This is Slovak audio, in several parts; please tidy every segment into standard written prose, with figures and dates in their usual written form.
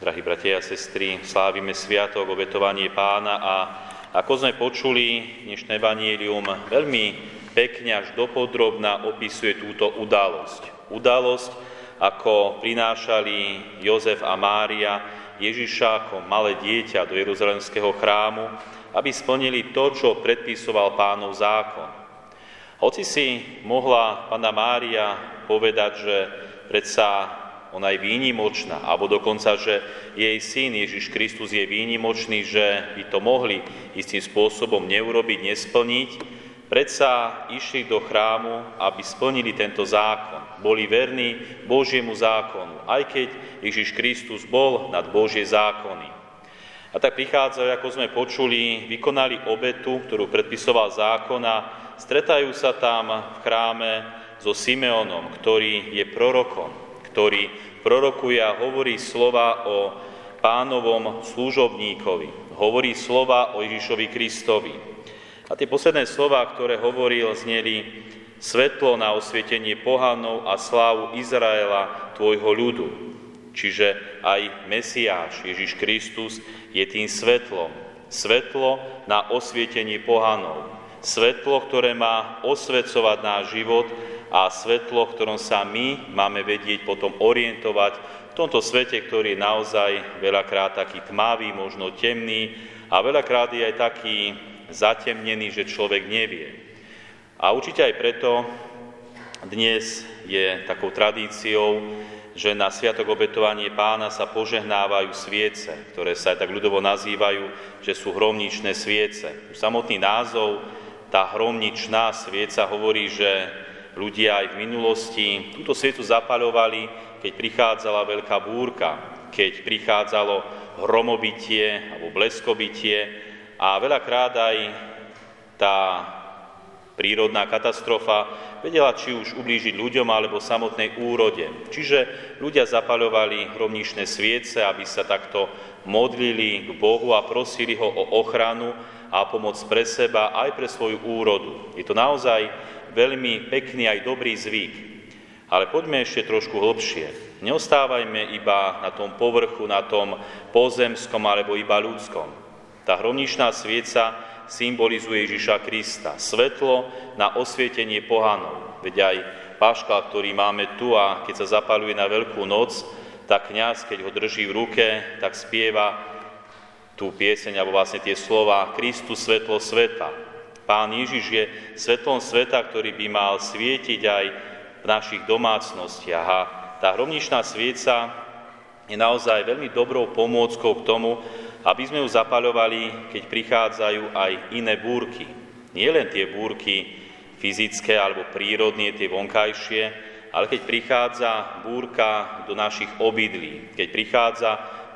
Drahí bratia a sestry, slávime sviatok obetovanie Pána a ako sme počuli, dnešné evanjelium veľmi pekne až dopodrobna opisuje túto udalosť. Udalosť, ako prinášali Jozef a Mária Ježiša ako malé dieťa do Jeruzalemského chrámu, aby splnili to, čo predpisoval Pánov zákon. Hoci si mohla Panna Mária povedať, že predsa ona je výnimočná, alebo dokonca, že jej syn Ježiš Kristus je výnimočný, že by to mohli istým spôsobom neurobiť, nesplniť, predsa išli do chrámu, aby splnili tento zákon. Boli verní Božiemu zákonu, aj keď Ježiš Kristus bol nad Božie zákony. A tak prichádzajú, ako sme počuli, vykonali obetu, ktorú predpisoval zákon a stretajú sa tam v chráme so Simeonom, ktorý je prorokom, ktorý prorokuje a hovorí slova o Pánovom služobníkovi, hovorí slova o Ježišovi Kristovi. A tie posledné slova, ktoré hovoril, zneli: svetlo na osvietenie pohanov a slávu Izraela, tvojho ľudu. Čiže aj Mesiáš, Ježiš Kristus, je tým svetlom. Svetlo na osvietenie pohanov. Svetlo, ktoré má osvecovať náš život, a svetlo, v ktorom sa my máme vedieť potom orientovať v tomto svete, ktorý je naozaj veľakrát taký tmavý, možno temný a veľakrát je aj taký zatemnený, že človek nevie. A určite aj preto dnes je takou tradíciou, že na sviatok obetovanie Pána sa požehnávajú sviece, ktoré sa aj tak ľudovo nazývajú, že sú hromničné sviece. Samotný názov, tá hromničná svieca, hovorí, že ľudia aj v minulosti túto sviecu zapaľovali, keď prichádzala veľká búrka, keď prichádzalo hromobitie alebo bleskobitie a veľakrát aj tá prírodná katastrofa vedela či už ublížiť ľuďom alebo samotnej úrode. Čiže ľudia zapaľovali hromničné sviece, aby sa takto modlili k Bohu a prosili ho o ochranu a pomoc pre seba aj pre svoju úrodu. Je to naozaj veľmi pekný aj dobrý zvyk. Ale poďme ešte trošku hlbšie. Neostávajme iba na tom povrchu, na tom pozemskom alebo iba ľudskom. Tá hromničná svieca symbolizuje Ježiša Krista. Svetlo na osvietenie pohanov. Veď aj paškal, ktorý máme tu a keď sa zapaľuje na Veľkú noc, tak kňaz, keď ho drží v ruke, tak spieva tú pieseň, alebo vlastne tie slova Kristus, svetlo sveta. Pán Ježiš je svetlom sveta, ktorý by mal svietiť aj v našich domácnostiach. A tá hromničná svieca je naozaj veľmi dobrou pomôckou k tomu, aby sme ju zapaľovali, keď prichádzajú aj iné búrky. Nie len tie búrky fyzické alebo prírodné, tie vonkajšie, ale keď prichádza búrka do našich obydlí, keď prichádza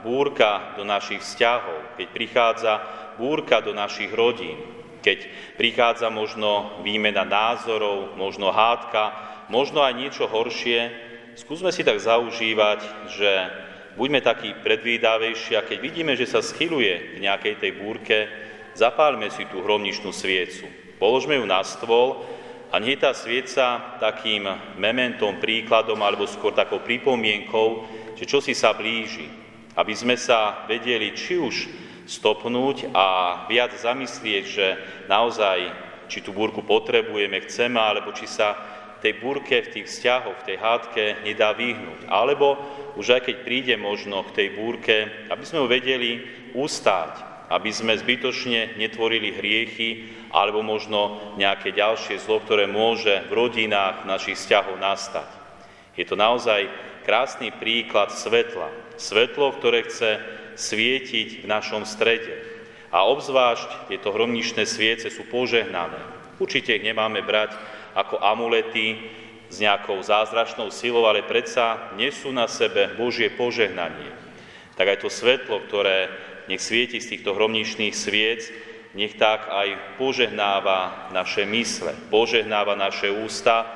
búrka do našich vzťahov, keď prichádza búrka do našich rodín, keď prichádza možno výmena názorov, možno hádka, možno aj niečo horšie, skúsme si tak zaužívať, že buďme takí predvídavejší a keď vidíme, že sa schyluje k nejakej tej búrke, zapálme si tú hromničnú sviecu. Položme ju na stôl a nech tá svieca takým mementom, príkladom alebo skôr takou pripomienkou, že čosi sa blíži. Aby sme sa vedeli či už stopnúť a viac zamyslieť, že naozaj, či tú búrku potrebujeme, chceme, alebo či sa tej búrke v tých vzťahoch, v tej hádke nedá vyhnúť. Alebo už aj keď príde možno k tej búrke, aby sme ju vedeli ustáť, aby sme zbytočne netvorili hriechy, alebo možno nejaké ďalšie zlo, ktoré môže v rodinách našich vzťahov nastať. Je to naozaj krásny príklad svetla. Svetlo, ktoré chce svietiť v našom strede. A obzvlášť tieto hromničné sviece sú požehnané. Určite ich nemáme brať ako amulety s nejakou zázračnou silou, ale predsa nesú na sebe Božie požehnanie. Tak aj to svetlo, ktoré nech svieti z týchto hromničných sviec, nech tak aj požehnáva naše mysle, požehnáva naše ústa,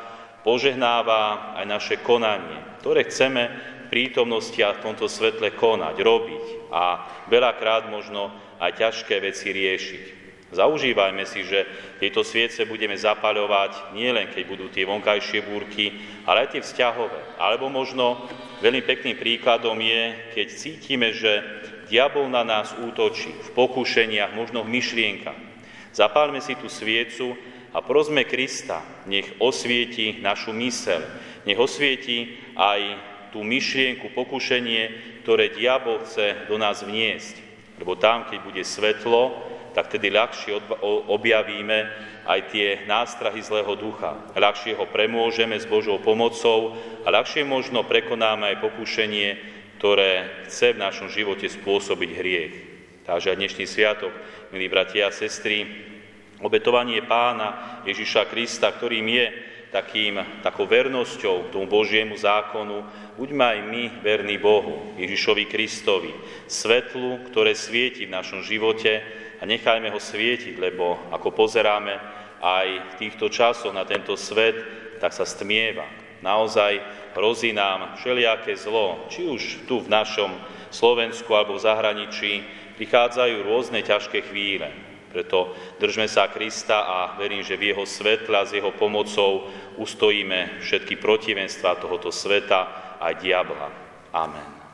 požehnáva aj naše konanie, ktoré chceme prítomnosti a v tomto svetle konať, robiť a veľakrát možno aj ťažké veci riešiť. Zaužívajme si, že tieto sviece budeme zapaľovať nielen keď budú tie vonkajšie búrky, ale aj tie vzťahové, alebo možno veľmi pekným príkladom je, keď cítime, že diabol na nás útočí v pokušeniach, možno v myšlienkach. Zapálme si tú sviecu a prosme Krista, nech osvieti našu myseľ, nech osvieti aj tú myšlienku, pokušenie, ktoré diabol chce do nás vniesť. Lebo tam, keď bude svetlo, tak tedy ľahšie objavíme aj tie nástrahy zlého ducha. Ľahšie ho premôžeme s Božou pomocou a ľahšie možno prekonáme aj pokušenie, ktoré chce v našom živote spôsobiť hriech. Takže aj dnešný sviatok, milí bratia a sestry, obetovanie Pána Ježiša Krista, ktorým je takou vernosťou tomu Božiemu zákonu, buďme aj my verní Bohu, Ježišovi Kristovi, svetlu, ktoré svieti v našom živote a nechajme ho svietiť, lebo ako pozeráme aj v týchto časoch na tento svet, tak sa stmieva. Naozaj hrozí nám všelijaké zlo, či už tu v našom Slovensku alebo v zahraničí, prichádzajú rôzne ťažké chvíle. Preto držme sa Krista a verím, že v jeho svetle a s jeho pomocou ustojíme všetky protivenstvá tohoto sveta a diabla. Amen.